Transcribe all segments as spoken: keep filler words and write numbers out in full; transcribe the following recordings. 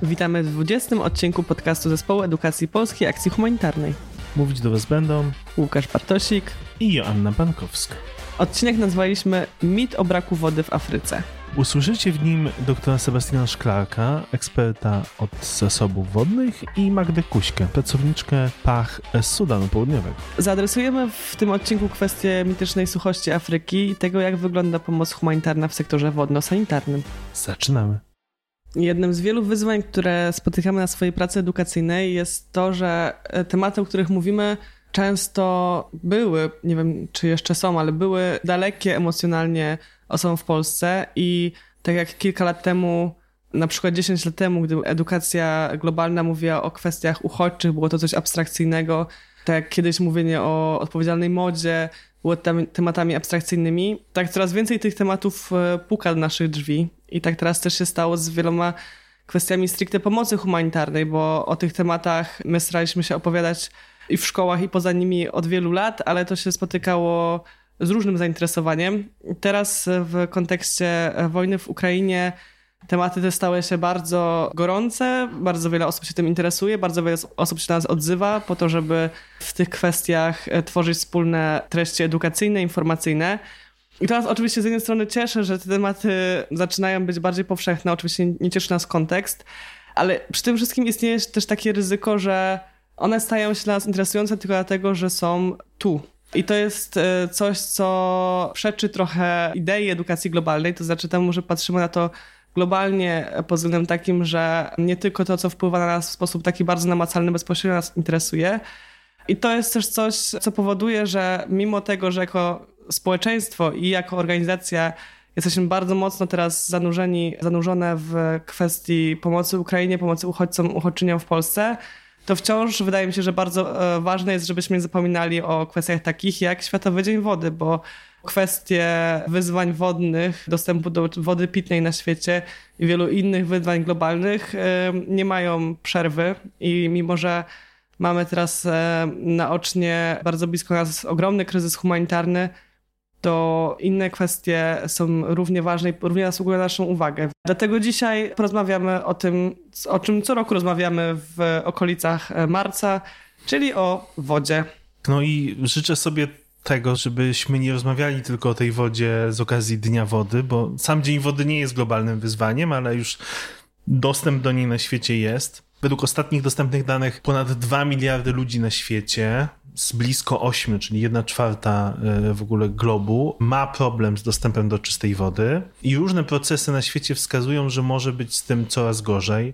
Witamy w dwudziestym odcinku podcastu Zespołu Edukacji Polskiej Akcji Humanitarnej. Mówić do Was będą Łukasz Bartosik i Joanna Pankowska. Odcinek nazwaliśmy Mit o braku wody w Afryce. Usłyszycie w nim doktora Sebastiana Szklarka, eksperta od zasobów wodnych, i Magdę Kuśkę, pracowniczkę P A H z Sudanu Południowego. Zaadresujemy w tym odcinku kwestię mitycznej suchości Afryki i tego, jak wygląda pomoc humanitarna w sektorze wodno-sanitarnym. Zaczynamy. Jednym z wielu wyzwań, które spotykamy na swojej pracy edukacyjnej, jest to, że tematy, o których mówimy, często były, nie wiem czy jeszcze są, ale były dalekie emocjonalnie osobom w Polsce i tak jak kilka lat temu, na przykład dziesięć lat temu, gdy edukacja globalna mówiła o kwestiach uchodźczych, było to coś abstrakcyjnego, tak jak kiedyś mówienie o odpowiedzialnej modzie było tam, tematami abstrakcyjnymi, tak coraz więcej tych tematów puka do naszych drzwi i tak teraz też się stało z wieloma kwestiami stricte pomocy humanitarnej, bo o tych tematach my staraliśmy się opowiadać i w szkołach, i poza nimi od wielu lat, ale to się spotykało z różnym zainteresowaniem. Teraz w kontekście wojny w Ukrainie tematy te stały się bardzo gorące, bardzo wiele osób się tym interesuje, bardzo wiele osób się do nas odzywa po to, żeby w tych kwestiach tworzyć wspólne treści edukacyjne, informacyjne. I to nas oczywiście z jednej strony cieszy, że te tematy zaczynają być bardziej powszechne, oczywiście nie cieszy nas kontekst, ale przy tym wszystkim istnieje też takie ryzyko, że one stają się dla nas interesujące tylko dlatego, że są tu. I to jest coś, co przeczy trochę idei edukacji globalnej, to znaczy temu, że patrzymy na to globalnie pod względem takim, że nie tylko to, co wpływa na nas w sposób taki bardzo namacalny, bezpośrednio nas interesuje. I to jest też coś, co powoduje, że mimo tego, że jako społeczeństwo i jako organizacja jesteśmy bardzo mocno teraz zanurzeni, zanurzone w kwestii pomocy Ukrainie, pomocy uchodźcom, uchodźczyniom w Polsce, to wciąż wydaje mi się, że bardzo ważne jest, żebyśmy nie zapominali o kwestiach takich jak Światowy Dzień Wody, bo kwestie wyzwań wodnych, dostępu do wody pitnej na świecie i wielu innych wyzwań globalnych nie mają przerwy i mimo, że mamy teraz naocznie bardzo blisko nas ogromny kryzys humanitarny, to inne kwestie są równie ważne i równie zasługują na naszą uwagę. Dlatego dzisiaj porozmawiamy o tym, o czym co roku rozmawiamy w okolicach marca, czyli o wodzie. No i życzę sobie tego, żebyśmy nie rozmawiali tylko o tej wodzie z okazji Dnia Wody, bo sam Dzień Wody nie jest globalnym wyzwaniem, ale już dostęp do niej na świecie jest. Według ostatnich dostępnych danych ponad dwa miliardy ludzi na świecie, z blisko ośmiu, czyli jedna czwarta w ogóle globu, ma problem z dostępem do czystej wody i różne procesy na świecie wskazują, że może być z tym coraz gorzej.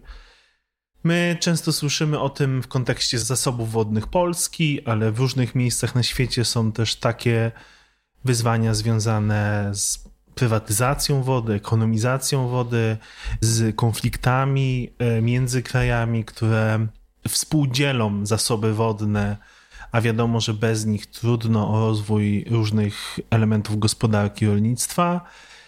My często słyszymy o tym w kontekście zasobów wodnych Polski, ale w różnych miejscach na świecie są też takie wyzwania związane z prywatyzacją wody, ekonomizacją wody, z konfliktami między krajami, które współdzielą zasoby wodne, a wiadomo, że bez nich trudno o rozwój różnych elementów gospodarki i rolnictwa.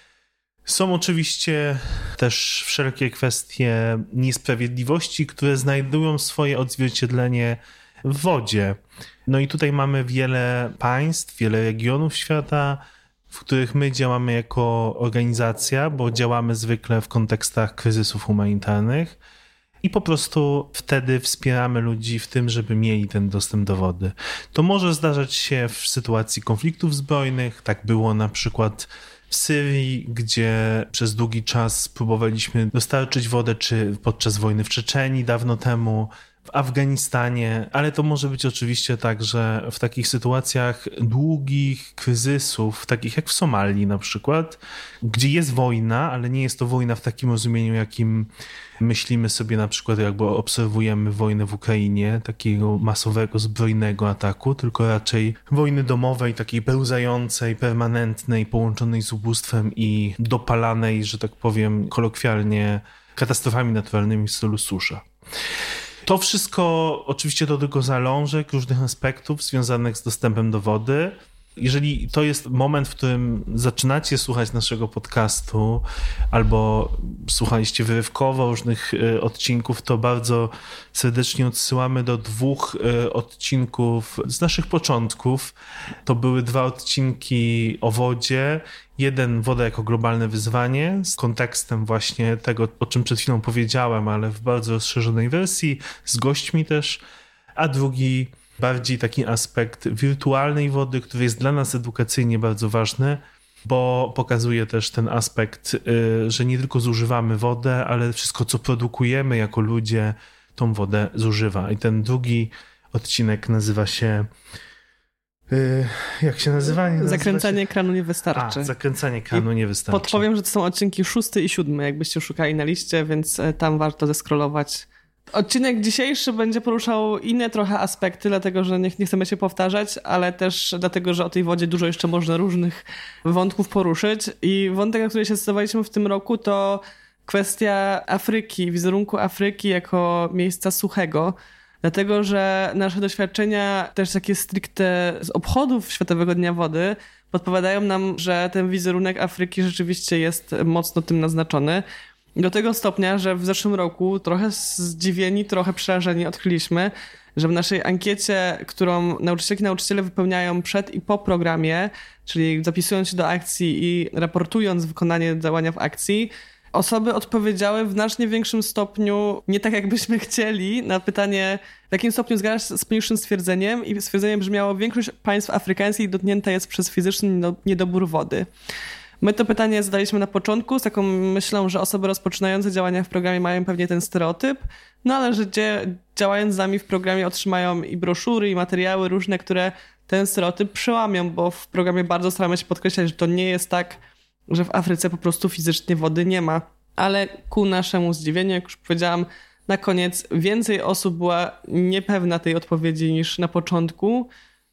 Są oczywiście też wszelkie kwestie niesprawiedliwości, które znajdują swoje odzwierciedlenie w wodzie. No i tutaj mamy wiele państw, wiele regionów świata, w których my działamy jako organizacja, bo działamy zwykle w kontekstach kryzysów humanitarnych i po prostu wtedy wspieramy ludzi w tym, żeby mieli ten dostęp do wody. To może zdarzać się w sytuacji konfliktów zbrojnych, tak było na przykład w Syrii, gdzie przez długi czas próbowaliśmy dostarczyć wodę, czy podczas wojny w Czeczenii dawno temu, w Afganistanie, ale to może być oczywiście tak, że w takich sytuacjach długich kryzysów, takich jak w Somalii na przykład, gdzie jest wojna, ale nie jest to wojna w takim rozumieniu, jakim myślimy sobie na przykład, jakby obserwujemy wojnę w Ukrainie, takiego masowego, zbrojnego ataku, tylko raczej wojny domowej, takiej pełzającej, permanentnej, połączonej z ubóstwem i dopalanej, że tak powiem kolokwialnie, katastrofami naturalnymi w stylu susza. To wszystko oczywiście to tylko zalążek różnych aspektów związanych z dostępem do wody. Jeżeli to jest moment, w którym zaczynacie słuchać naszego podcastu albo słuchaliście wyrywkowo różnych odcinków, to bardzo serdecznie odsyłamy do dwóch odcinków z naszych początków. To były dwa odcinki o wodzie. Jeden, woda jako globalne wyzwanie, z kontekstem właśnie tego, o czym przed chwilą powiedziałem, ale w bardzo rozszerzonej wersji, z gośćmi też, a drugi bardziej taki aspekt wirtualnej wody, który jest dla nas edukacyjnie bardzo ważny, bo pokazuje też ten aspekt, że nie tylko zużywamy wodę, ale wszystko, co produkujemy jako ludzie, tą wodę zużywa. I ten drugi odcinek nazywa się... Jak się nazywa? Nie zakręcanie nazywa się... kranu nie wystarczy. A, zakręcanie kranu I nie wystarczy. Podpowiem, że to są odcinki szósty i siódmy, jakbyście szukali na liście, więc tam warto zeskrolować. Odcinek dzisiejszy będzie poruszał inne trochę aspekty, dlatego że nie, nie chcemy się powtarzać, ale też dlatego, że o tej wodzie dużo jeszcze można różnych wątków poruszyć. I wątek, na który się zdecydowaliśmy w tym roku, to kwestia Afryki, wizerunku Afryki jako miejsca suchego. Dlatego, że nasze doświadczenia, też takie stricte z obchodów Światowego Dnia Wody, podpowiadają nam, że ten wizerunek Afryki rzeczywiście jest mocno tym naznaczony. Do tego stopnia, że w zeszłym roku trochę zdziwieni, trochę przerażeni odkryliśmy, że w naszej ankiecie, którą nauczycielki i nauczyciele wypełniają przed i po programie, czyli zapisując się do akcji i raportując wykonanie działania w akcji, osoby odpowiedziały w znacznie większym stopniu, nie tak jakbyśmy chcieli, na pytanie, w jakim stopniu zgadzasz się z poniższym stwierdzeniem, i stwierdzenie brzmiało: większość państw afrykańskich dotknięta jest przez fizyczny niedobór wody. My to pytanie zadaliśmy na początku z taką myślą, że osoby rozpoczynające działania w programie mają pewnie ten stereotyp, no ale że dzie- działając z nami w programie otrzymają i broszury, i materiały różne, które ten stereotyp przełamią, bo w programie bardzo staramy się podkreślać, że to nie jest tak, że w Afryce po prostu fizycznie wody nie ma. Ale ku naszemu zdziwieniu, jak już powiedziałam, na koniec więcej osób była niepewna tej odpowiedzi niż na początku.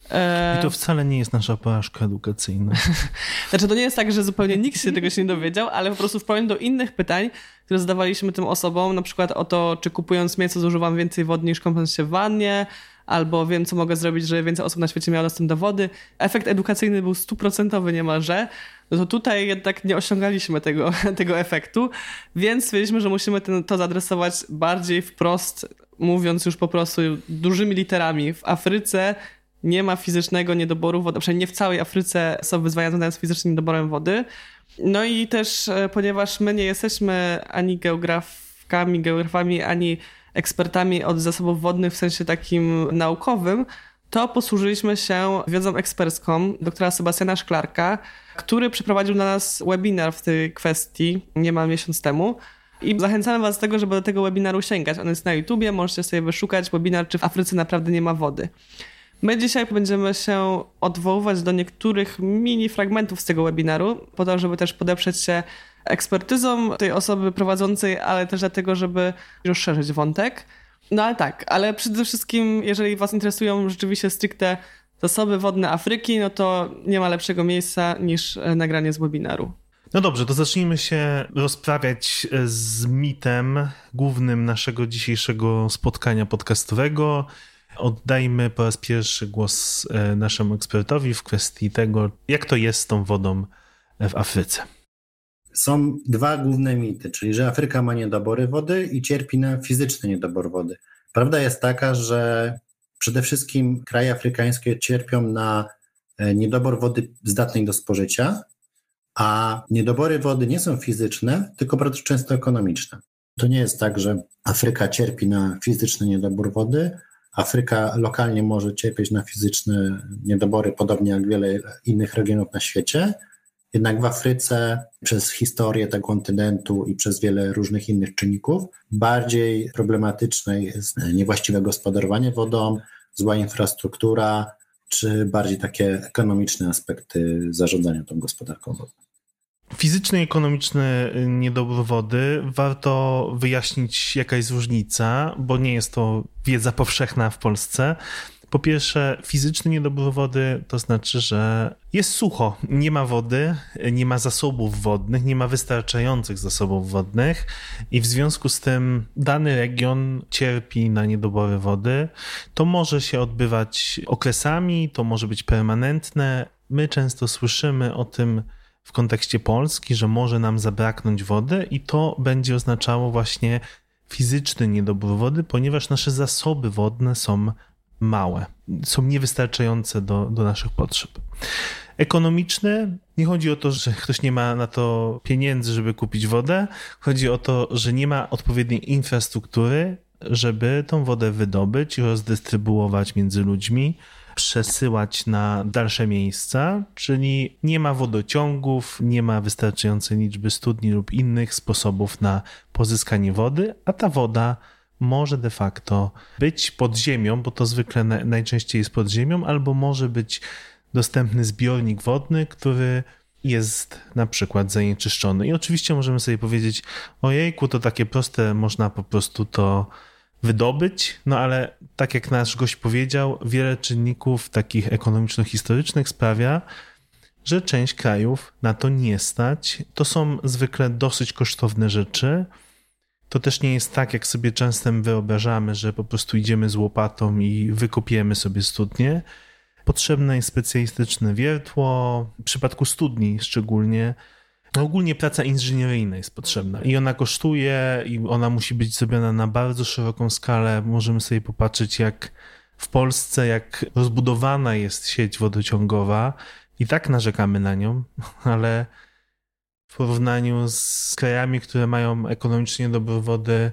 I to wcale nie jest nasza porażka edukacyjna. Znaczy, to nie jest tak, że zupełnie nikt się tego się nie dowiedział, ale po prostu w porównaniu do innych pytań, które zadawaliśmy tym osobom, na przykład o to, czy kupując mięso zużywam więcej wody niż kąpiąc się w wannie, albo wiem, co mogę zrobić, żeby więcej osób na świecie miało dostęp do wody. Efekt edukacyjny był stuprocentowy niemalże. No to tutaj jednak nie osiągaliśmy tego, tego efektu, więc stwierdziliśmy, że musimy ten, to zaadresować bardziej wprost, mówiąc już po prostu dużymi literami. W Afryce nie ma fizycznego niedoboru wody, przynajmniej nie w całej Afryce są wyzwania związane z fizycznym niedoborem wody. No i też, ponieważ my nie jesteśmy ani geografkami, geografami, ani ekspertami od zasobów wodnych w sensie takim naukowym, to posłużyliśmy się wiedzą ekspercką doktora Sebastiana Szklarka, który przeprowadził dla nas webinar w tej kwestii niemal miesiąc temu. I zachęcamy was do tego, żeby do tego webinaru sięgać. On jest na YouTubie, możecie sobie wyszukać webinar, czy w Afryce naprawdę nie ma wody. My dzisiaj będziemy się odwoływać do niektórych mini fragmentów z tego webinaru, po to, żeby też podeprzeć się ekspertyzą tej osoby prowadzącej, ale też dlatego, żeby rozszerzyć wątek. No ale tak, ale przede wszystkim, jeżeli was interesują rzeczywiście stricte zasoby wodne Afryki, no to nie ma lepszego miejsca niż nagranie z webinaru. No dobrze, to zacznijmy się rozprawiać z mitem głównym naszego dzisiejszego spotkania podcastowego. Oddajmy po raz pierwszy głos naszemu ekspertowi w kwestii tego, jak to jest z tą wodą w Afryce. Są dwa główne mity, czyli że Afryka ma niedobory wody i cierpi na fizyczny niedobór wody. Prawda jest taka, że przede wszystkim kraje afrykańskie cierpią na niedobór wody zdatnej do spożycia, a niedobory wody nie są fizyczne, tylko bardzo często ekonomiczne. To nie jest tak, że Afryka cierpi na fizyczny niedobór wody. Afryka lokalnie może cierpieć na fizyczne niedobory, podobnie jak wiele innych regionów na świecie. Jednak w Afryce przez historię tego kontynentu i przez wiele różnych innych czynników bardziej problematyczne jest niewłaściwe gospodarowanie wodą, zła infrastruktura, czy bardziej takie ekonomiczne aspekty zarządzania tą gospodarką wodną. Fizyczny i ekonomiczny niedobór wody, warto wyjaśnić, jaka jest różnica, bo nie jest to wiedza powszechna w Polsce. Po pierwsze, fizyczny niedobór wody to znaczy, że jest sucho, nie ma wody, nie ma zasobów wodnych, nie ma wystarczających zasobów wodnych i w związku z tym dany region cierpi na niedobory wody. To może się odbywać okresami, to może być permanentne, my często słyszymy o tym w kontekście Polski, że może nam zabraknąć wody i to będzie oznaczało właśnie fizyczny niedobór wody, ponieważ nasze zasoby wodne są małe, są niewystarczające do, do naszych potrzeb. Ekonomiczne, nie chodzi o to, że ktoś nie ma na to pieniędzy, żeby kupić wodę, chodzi o to, że nie ma odpowiedniej infrastruktury, żeby tą wodę wydobyć i rozdystrybuować między ludźmi, przesyłać na dalsze miejsca, czyli nie ma wodociągów, nie ma wystarczającej liczby studni lub innych sposobów na pozyskanie wody, a ta woda może de facto być pod ziemią, bo to zwykle najczęściej jest pod ziemią, albo może być dostępny zbiornik wodny, który jest na przykład zanieczyszczony. I oczywiście możemy sobie powiedzieć, ojejku, to takie proste, można po prostu to wydobyć, no ale tak jak nasz gość powiedział, wiele czynników takich ekonomiczno-historycznych sprawia, że część krajów na to nie stać. To są zwykle dosyć kosztowne rzeczy. To też nie jest tak, jak sobie często wyobrażamy, że po prostu idziemy z łopatą i wykopiemy sobie studnię. Potrzebne jest specjalistyczne wiertło, w przypadku studni szczególnie. No ogólnie praca inżynieryjna jest potrzebna i ona kosztuje i ona musi być zrobiona na bardzo szeroką skalę. Możemy sobie popatrzeć, jak w Polsce, jak rozbudowana jest sieć wodociągowa i tak narzekamy na nią, ale w porównaniu z krajami, które mają ekonomicznie dobór wody,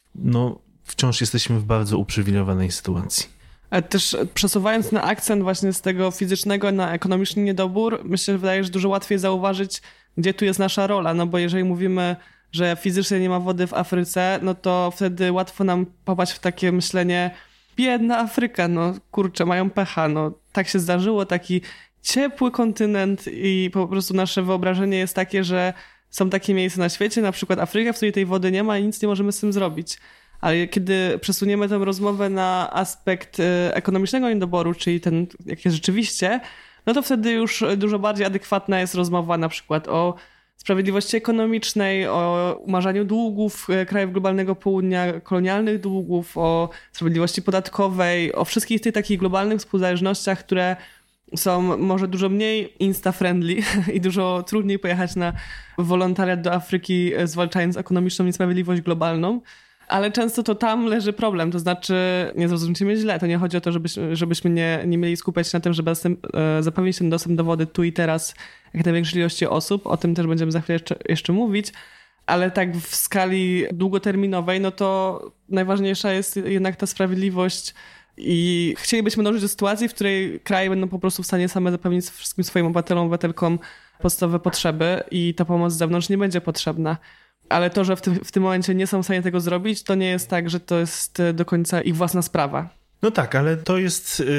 no wciąż jesteśmy w bardzo uprzywilejowanej sytuacji. Ale też przesuwając na akcent właśnie z tego fizycznego na ekonomiczny niedobór, myślę, że wydaje się, że dużo łatwiej zauważyć, gdzie tu jest nasza rola, no bo jeżeli mówimy, że fizycznie nie ma wody w Afryce, no to wtedy łatwo nam popaść w takie myślenie, biedna Afryka, no kurczę, mają pecha, no tak się zdarzyło, taki ciepły kontynent i po prostu nasze wyobrażenie jest takie, że są takie miejsca na świecie, na przykład Afryka, w której tej wody nie ma i nic nie możemy z tym zrobić. Ale kiedy przesuniemy tę rozmowę na aspekt ekonomicznego niedoboru, czyli ten, jak jest rzeczywiście, no to wtedy już dużo bardziej adekwatna jest rozmowa na przykład o sprawiedliwości ekonomicznej, o umarzaniu długów krajów globalnego południa, kolonialnych długów, o sprawiedliwości podatkowej, o wszystkich tych takich globalnych współzależnościach, które są może dużo mniej insta-friendly i dużo trudniej pojechać na wolontariat do Afryki, zwalczając ekonomiczną niesprawiedliwość globalną. Ale często to tam leży problem, to znaczy, nie zrozumcie mnie źle, to nie chodzi o to, żebyśmy, żebyśmy nie, nie mieli skupiać się na tym, żeby zapewnić ten dostęp do wody tu i teraz jak największej ilości osób, o tym też będziemy za chwilę jeszcze, jeszcze mówić, ale tak w skali długoterminowej, no to najważniejsza jest jednak ta sprawiedliwość i chcielibyśmy dążyć do sytuacji, w której kraje będą po prostu w stanie same zapewnić wszystkim swoim obywatelom, obywatelkom podstawowe potrzeby i ta pomoc z zewnątrz nie będzie potrzebna. Ale to, że w tym, w tym momencie nie są w stanie tego zrobić, to nie jest tak, że to jest do końca ich własna sprawa. No tak, ale to jest yy,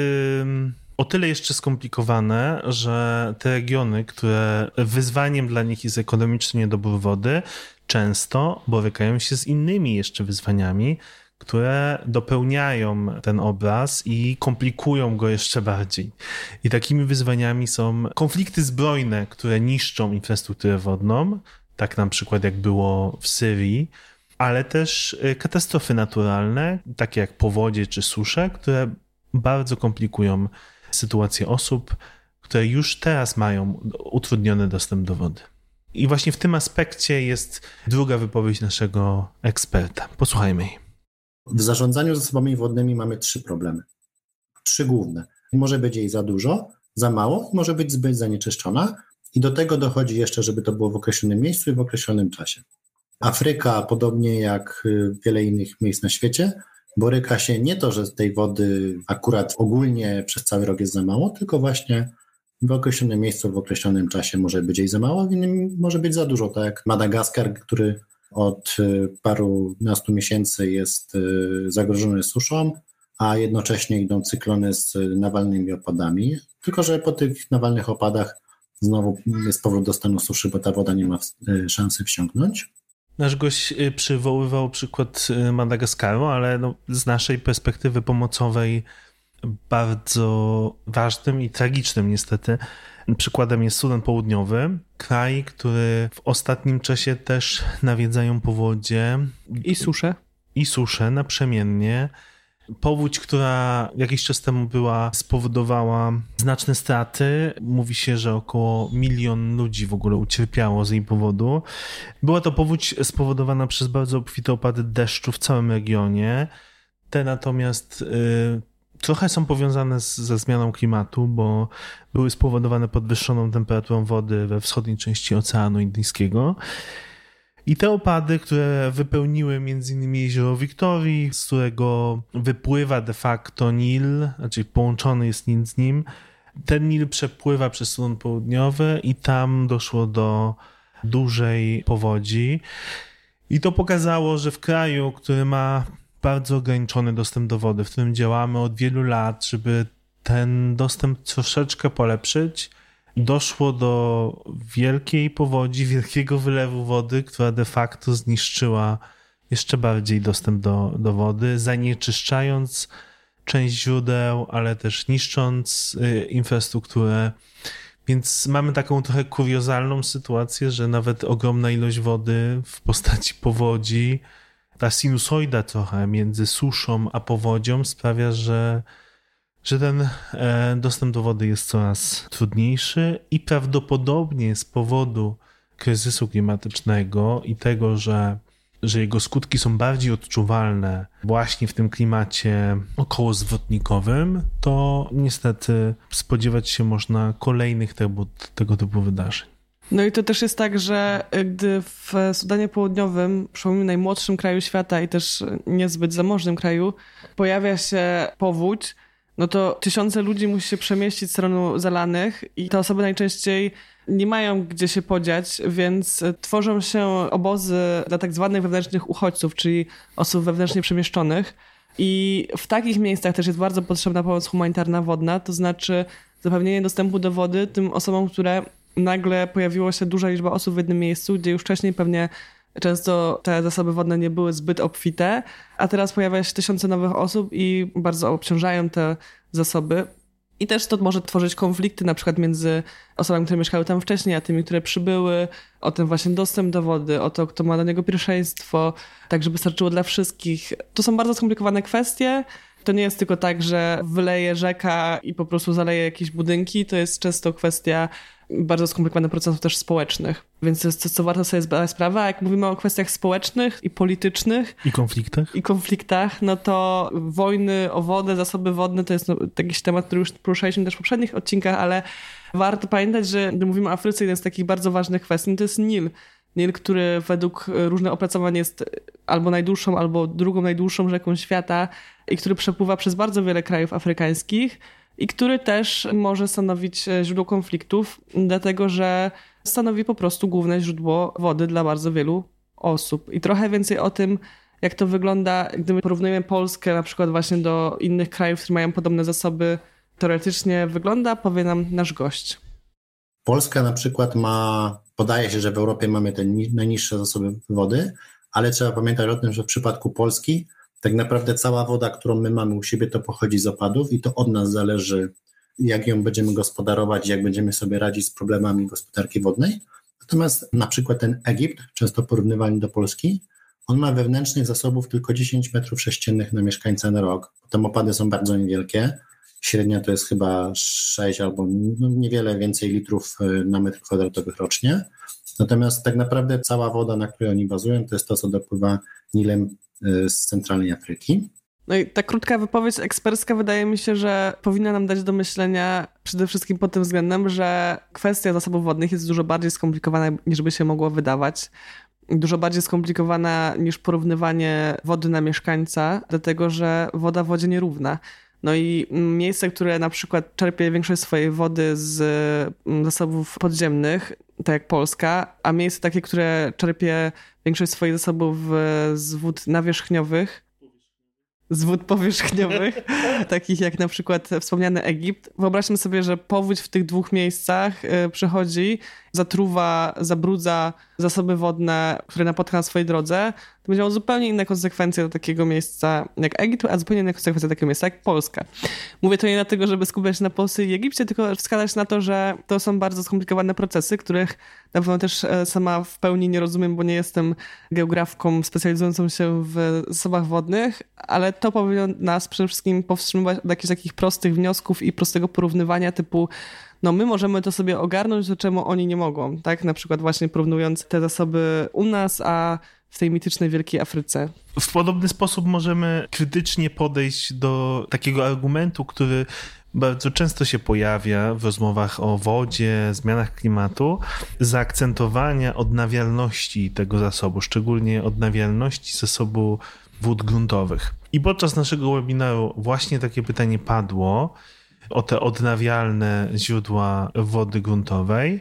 o tyle jeszcze skomplikowane, że te regiony, które wyzwaniem dla nich jest ekonomiczny niedobór wody, często borykają się z innymi jeszcze wyzwaniami, które dopełniają ten obraz i komplikują go jeszcze bardziej. I takimi wyzwaniami są konflikty zbrojne, które niszczą infrastrukturę wodną, tak na przykład jak było w Syrii, ale też katastrofy naturalne, takie jak powodzie czy susze, które bardzo komplikują sytuację osób, które już teraz mają utrudniony dostęp do wody. I właśnie w tym aspekcie jest druga wypowiedź naszego eksperta. Posłuchajmy jej. W zarządzaniu zasobami wodnymi mamy trzy problemy. Trzy główne. Może być jej za dużo, za mało i może być zbyt zanieczyszczona. I do tego dochodzi jeszcze, żeby to było w określonym miejscu i w określonym czasie. Afryka, podobnie jak wiele innych miejsc na świecie, boryka się nie to, że tej wody akurat ogólnie przez cały rok jest za mało, tylko właśnie w określonym miejscu, w określonym czasie może być jej za mało, w innym może być za dużo, tak jak Madagaskar, który od parunastu miesięcy jest zagrożony suszą, a jednocześnie idą cyklony z nawalnymi opadami, tylko że po tych nawalnych opadach znowu jest powrót do stanu suszy, bo ta woda nie ma szansy wsiąknąć. Nasz gość przywoływał przykład Madagaskaru, ale no z naszej perspektywy pomocowej bardzo ważnym i tragicznym niestety przykładem jest Sudan Południowy, kraj, który w ostatnim czasie też nawiedzają powodzie. I susze. I susze naprzemiennie. Powódź, która jakiś czas temu była, spowodowała znaczne straty. Mówi się, że około milion ludzi w ogóle ucierpiało z jej powodu. Była to powódź spowodowana przez bardzo obfite opady deszczu w całym regionie. Te natomiast y, trochę są powiązane z, ze zmianą klimatu, bo były spowodowane podwyższoną temperaturą wody we wschodniej części Oceanu Indyjskiego. I te opady, które wypełniły między innymi jezioro Wiktorii, z którego wypływa de facto Nil, znaczy połączony jest Nil z nim, ten Nil przepływa przez Sudan Południowy i tam doszło do dużej powodzi. I to pokazało, że w kraju, który ma bardzo ograniczony dostęp do wody, w którym działamy od wielu lat, żeby ten dostęp troszeczkę polepszyć, doszło do wielkiej powodzi, wielkiego wylewu wody, która de facto zniszczyła jeszcze bardziej dostęp do, do wody, zanieczyszczając część źródeł, ale też niszcząc y, infrastrukturę. Więc mamy taką trochę kuriozalną sytuację, że nawet ogromna ilość wody w postaci powodzi, ta sinusoida trochę między suszą a powodzią sprawia, że że ten dostęp do wody jest coraz trudniejszy i prawdopodobnie z powodu kryzysu klimatycznego i tego, że, że jego skutki są bardziej odczuwalne właśnie w tym klimacie okołozwrotnikowym, to niestety spodziewać się można kolejnych tego, tego typu wydarzeń. No i to też jest tak, że gdy w Sudanie Południowym, przynajmniej najmłodszym kraju świata i też niezbyt zamożnym kraju, pojawia się powódź, no to tysiące ludzi musi się przemieścić z terenu zalanych i te osoby najczęściej nie mają gdzie się podziać, więc tworzą się obozy dla tak zwanych wewnętrznych uchodźców, czyli osób wewnętrznie przemieszczonych. I w takich miejscach też jest bardzo potrzebna pomoc humanitarna wodna, to znaczy zapewnienie dostępu do wody tym osobom, które nagle pojawiło się duża liczba osób w jednym miejscu, gdzie już wcześniej pewnie często te zasoby wodne nie były zbyt obfite, a teraz pojawia się tysiące nowych osób i bardzo obciążają te zasoby. I też to może tworzyć konflikty na przykład między osobami, które mieszkały tam wcześniej, a tymi, które przybyły, o ten właśnie dostęp do wody, o to, kto ma do niego pierwszeństwo, tak żeby starczyło dla wszystkich. To są bardzo skomplikowane kwestie. To nie jest tylko tak, że wyleje rzeka i po prostu zaleje jakieś budynki. To jest często kwestia bardzo skomplikowanych procesów też społecznych. Więc to jest coś, co warto sobie zdać sprawę. A jak mówimy o kwestiach społecznych i politycznych I konfliktach, i konfliktach, no to wojny o wodę, zasoby wodne to jest no, jakiś temat, który już poruszaliśmy też w poprzednich odcinkach, ale warto pamiętać, że gdy mówimy o Afryce, jeden z takich bardzo ważnych kwestii to jest Nil. Nil, który według różnych opracowań jest albo najdłuższą, albo drugą najdłuższą rzeką świata i który przepływa przez bardzo wiele krajów afrykańskich i który też może stanowić źródło konfliktów, dlatego że stanowi po prostu główne źródło wody dla bardzo wielu osób. I trochę więcej o tym, jak to wygląda, gdy my porównujemy Polskę na przykład właśnie do innych krajów, które mają podobne zasoby, teoretycznie wygląda, powie nam nasz gość. Polska na przykład ma, podaje się, że w Europie mamy te najniższe zasoby wody, ale trzeba pamiętać o tym, że w przypadku Polski tak naprawdę cała woda, którą my mamy u siebie, to pochodzi z opadów i to od nas zależy, jak ją będziemy gospodarować, jak będziemy sobie radzić z problemami gospodarki wodnej. Natomiast na przykład ten Egipt, często porównywany do Polski, on ma wewnętrznych zasobów tylko dziesięć metrów sześciennych na mieszkańca na rok. Tam opady są bardzo niewielkie. Średnia to jest chyba sześć albo no niewiele więcej litrów na metr kwadratowy rocznie. Natomiast tak naprawdę cała woda, na której oni bazują, to jest to, co dopływa Nilem z centralnej Afryki. No i ta krótka wypowiedź ekspercka wydaje mi się, że powinna nam dać do myślenia przede wszystkim pod tym względem, że kwestia zasobów wodnych jest dużo bardziej skomplikowana, niż by się mogło wydawać. Dużo bardziej skomplikowana niż porównywanie wody na mieszkańca, dlatego że woda w wodzie nierówna. No i miejsce, które na przykład czerpie większość swojej wody z zasobów podziemnych, tak jak Polska, a miejsce takie, które czerpie większość swoich zasobów z wód nawierzchniowych, z wód powierzchniowych, takich jak na przykład wspomniany Egipt. Wyobraźmy sobie, że powódź w tych dwóch miejscach przychodzi, zatruwa, zabrudza zasoby wodne, które napotka na swojej drodze, to będzie miało zupełnie inne konsekwencje do takiego miejsca jak Egipt, a zupełnie inne konsekwencje do takiego miejsca jak Polska. Mówię to nie dlatego, żeby skupiać się na Polsce i Egipcie, tylko wskazać na to, że to są bardzo skomplikowane procesy, których na pewno też sama w pełni nie rozumiem, bo nie jestem geografką specjalizującą się w zasobach wodnych, ale to powinno nas przede wszystkim powstrzymywać od jakichś takich prostych wniosków i prostego porównywania typu no my możemy to sobie ogarnąć, to czemu oni nie mogą, tak? Na przykład właśnie porównując te zasoby u nas, a w tej mitycznej Wielkiej Afryce. W podobny sposób możemy krytycznie podejść do takiego argumentu, który bardzo często się pojawia w rozmowach o wodzie, zmianach klimatu, zaakcentowania odnawialności tego zasobu, szczególnie odnawialności zasobu wód gruntowych. I podczas naszego webinaru właśnie takie pytanie padło o te odnawialne źródła wody gruntowej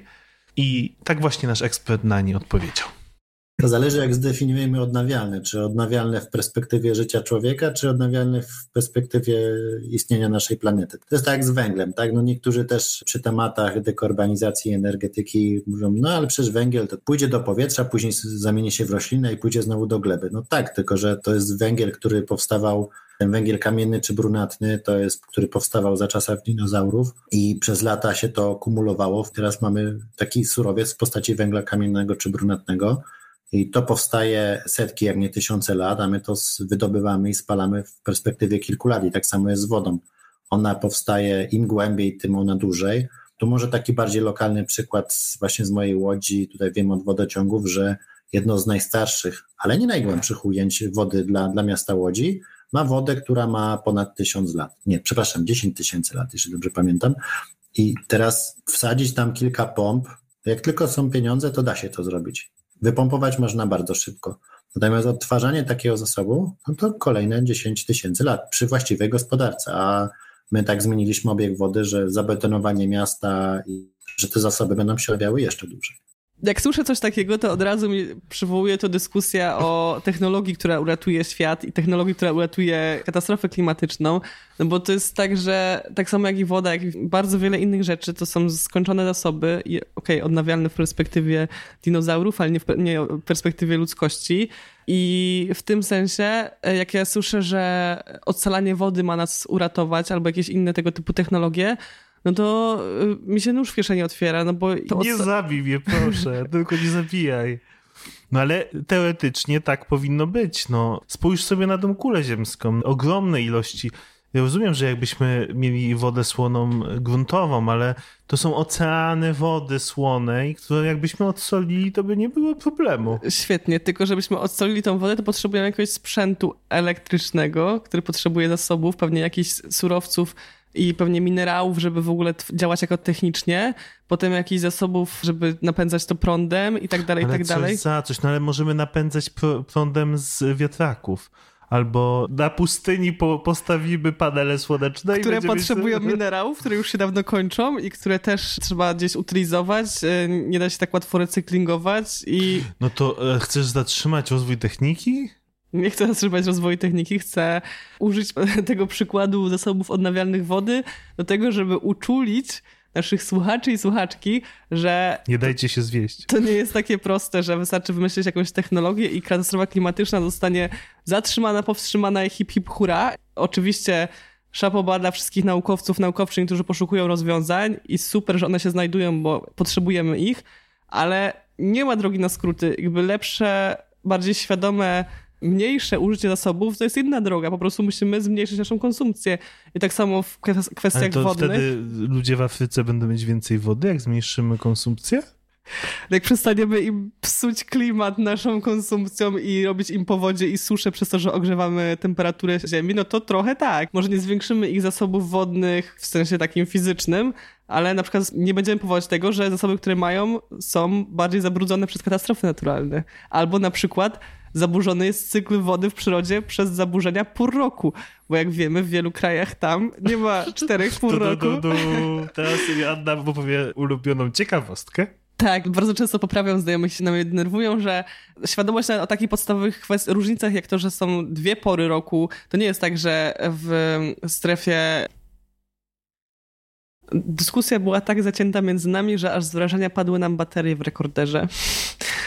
i tak właśnie nasz ekspert na nie odpowiedział. To zależy, jak zdefiniujemy odnawialne. Czy odnawialne w perspektywie życia człowieka, czy odnawialne w perspektywie istnienia naszej planety. To jest tak jak z węglem, tak? No niektórzy też przy tematach dekarbonizacji energetyki mówią, no ale przecież węgiel to pójdzie do powietrza, później zamieni się w roślinę i pójdzie znowu do gleby. No tak, tylko że to jest węgiel, który powstawał, ten węgiel kamienny czy brunatny, to jest, który powstawał za czasów dinozaurów i przez lata się to kumulowało. Teraz mamy taki surowiec w postaci węgla kamiennego czy brunatnego. I to powstaje setki, jak nie tysiące lat, a my to wydobywamy i spalamy w perspektywie kilku lat. I tak samo jest z wodą. Ona powstaje im głębiej, tym ona dłużej. Tu może taki bardziej lokalny przykład właśnie z mojej Łodzi. Tutaj wiem od wodociągów, że jedno z najstarszych, ale nie najgłębszych ujęć wody dla, dla miasta Łodzi ma wodę, która ma ponad tysiąc lat. Nie, przepraszam, dziesięć tysięcy lat, jeśli dobrze pamiętam. I teraz wsadzić tam kilka pomp, jak tylko są pieniądze, to da się to zrobić. Wypompować można bardzo szybko. Natomiast odtwarzanie takiego zasobu, no to kolejne dziesięć tysięcy lat przy właściwej gospodarce, a my tak zmieniliśmy obieg wody, że zabetonowanie miasta i że te zasoby będą się odwiały jeszcze dłużej. Jak słyszę coś takiego, to od razu mi przywołuje to dyskusja o technologii, która uratuje świat i technologii, która uratuje katastrofę klimatyczną, no bo to jest tak, że tak samo jak i woda, jak i bardzo wiele innych rzeczy, to są skończone zasoby i okej, okay, odnawialne w perspektywie dinozaurów, ale nie w, nie w perspektywie ludzkości. I w tym sensie, jak ja słyszę, że odsalanie wody ma nas uratować albo jakieś inne tego typu technologie, no to mi się nóż w kieszeni otwiera, no bo... To nie odsta- zabij mnie, proszę, tylko nie zabijaj. No ale teoretycznie tak powinno być, no. Spójrz sobie na tą kulę ziemską, ogromne ilości. Ja rozumiem, że jakbyśmy mieli wodę słoną gruntową, ale to są oceany wody słonej, które jakbyśmy odsolili, to by nie było problemu. Świetnie, tylko żebyśmy odsolili tą wodę, to potrzebujemy jakiegoś sprzętu elektrycznego, który potrzebuje zasobów, pewnie jakichś surowców, i pewnie minerałów, żeby w ogóle działać jako technicznie, potem jakichś zasobów, żeby napędzać to prądem i tak dalej, ale i tak dalej. Coś za coś, no ale możemy napędzać pr- prądem z wiatraków. Albo na pustyni po- postawimy panele słoneczne. Które i będziemy potrzebują się... minerałów, które już się dawno kończą i które też trzeba gdzieś utylizować, nie da się tak łatwo recyklingować i... No to e, chcesz zatrzymać rozwój techniki? Nie chcę zatrzymać rozwoju techniki, chcę użyć tego przykładu zasobów odnawialnych wody do tego, żeby uczulić naszych słuchaczy i słuchaczki, że... Nie dajcie się zwieść. To nie jest takie proste, że wystarczy wymyślić jakąś technologię i katastrofa klimatyczna zostanie zatrzymana, powstrzymana i hip hip hura. Oczywiście szapoba dla wszystkich naukowców, naukowczyń, którzy poszukują rozwiązań i super, że one się znajdują, bo potrzebujemy ich, ale nie ma drogi na skróty. Jakby lepsze, bardziej świadome, mniejsze użycie zasobów to jest jedna droga. Po prostu musimy zmniejszyć naszą konsumpcję. I tak samo w kwestiach Ale to wodnych. wtedy ludzie w Afryce będą mieć więcej wody, jak zmniejszymy konsumpcję? Jak przestaniemy im psuć klimat naszą konsumpcją i robić im powodzie i susze przez to, że ogrzewamy temperaturę ziemi, no to trochę tak. Może nie zwiększymy ich zasobów wodnych w sensie takim fizycznym, ale na przykład nie będziemy powodować tego, że zasoby, które mają, są bardziej zabrudzone przez katastrofy naturalne. Albo na przykład zaburzony jest cykl wody w przyrodzie przez zaburzenia pór roku. Bo jak wiemy, w wielu krajach tam nie ma czterech pór roku. Du, du, du. Teraz Joanna opowie ulubioną ciekawostkę. Tak, bardzo często poprawiam znajomych, się na mnie denerwują, że świadomość o takich podstawowych kwest- różnicach, jak to, że są dwie pory roku, to nie jest tak, że w strefie... Dyskusja była tak zacięta między nami, że aż z wrażenia padły nam baterie w rekorderze.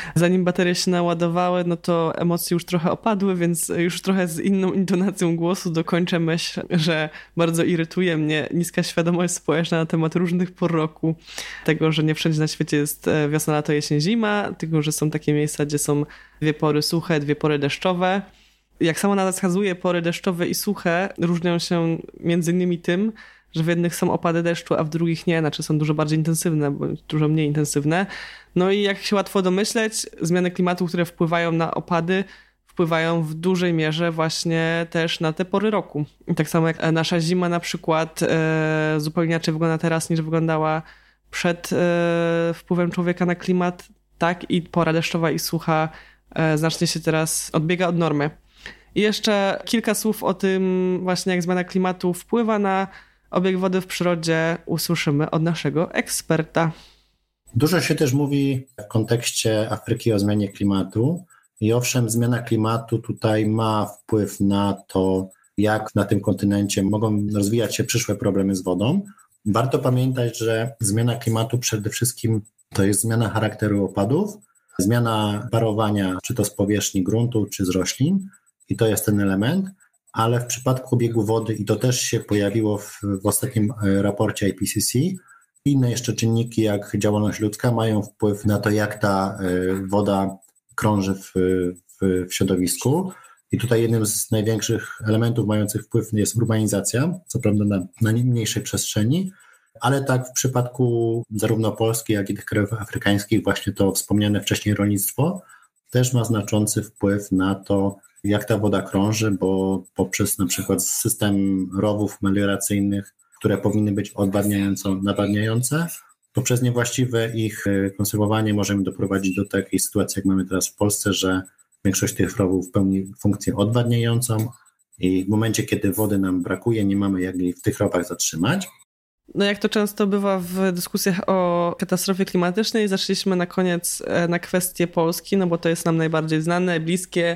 zanim baterie się naładowały, no to emocje już trochę opadły, więc już trochę z inną intonacją głosu dokończę myśl, że bardzo irytuje mnie niska świadomość społeczna na temat różnych pór roku. Tego, że nie wszędzie na świecie jest wiosna, lato, jesień, zima, tylko że są takie miejsca, gdzie są dwie pory suche, dwie pory deszczowe. Jak sama nazwa wskazuje, pory deszczowe i suche różnią się między innymi tym, że w jednych są opady deszczu, a w drugich nie, znaczy są dużo bardziej intensywne, bo dużo mniej intensywne. No i jak się łatwo domyśleć, zmiany klimatu, które wpływają na opady, wpływają w dużej mierze właśnie też na te pory roku. I tak samo jak nasza zima na przykład e, zupełnie inaczej wygląda teraz, niż wyglądała przed e, wpływem człowieka na klimat, tak i pora deszczowa i sucha e, znacznie się teraz odbiega od normy. I jeszcze kilka słów o tym właśnie, jak zmiana klimatu wpływa na obieg wody w przyrodzie, usłyszymy od naszego eksperta. Dużo się też mówi w kontekście Afryki o zmianie klimatu i owszem, zmiana klimatu tutaj ma wpływ na to, jak na tym kontynencie mogą rozwijać się przyszłe problemy z wodą. Warto pamiętać, że zmiana klimatu przede wszystkim to jest zmiana charakteru opadów, zmiana parowania, czy to z powierzchni gruntu, czy z roślin i to jest ten element. Ale w przypadku obiegu wody, i to też się pojawiło w, w ostatnim raporcie I P C C, inne jeszcze czynniki jak działalność ludzka mają wpływ na to, jak ta woda krąży w, w, w środowisku. I tutaj jednym z największych elementów mających wpływ jest urbanizacja, co prawda na, na mniejszej przestrzeni, ale tak w przypadku zarówno Polski, jak i tych krajów afrykańskich właśnie to wspomniane wcześniej rolnictwo też ma znaczący wpływ na to, jak ta woda krąży, bo poprzez na przykład system rowów melioracyjnych, które powinny być odwadniająco nawadniające, poprzez niewłaściwe ich konserwowanie możemy doprowadzić do takiej sytuacji, jak mamy teraz w Polsce, że większość tych rowów pełni funkcję odwadniającą i w momencie, kiedy wody nam brakuje, nie mamy jak jej w tych rowach zatrzymać. No jak to często bywa w dyskusjach o katastrofie klimatycznej, zeszliśmy na koniec na kwestię Polski, no bo to jest nam najbardziej znane, bliskie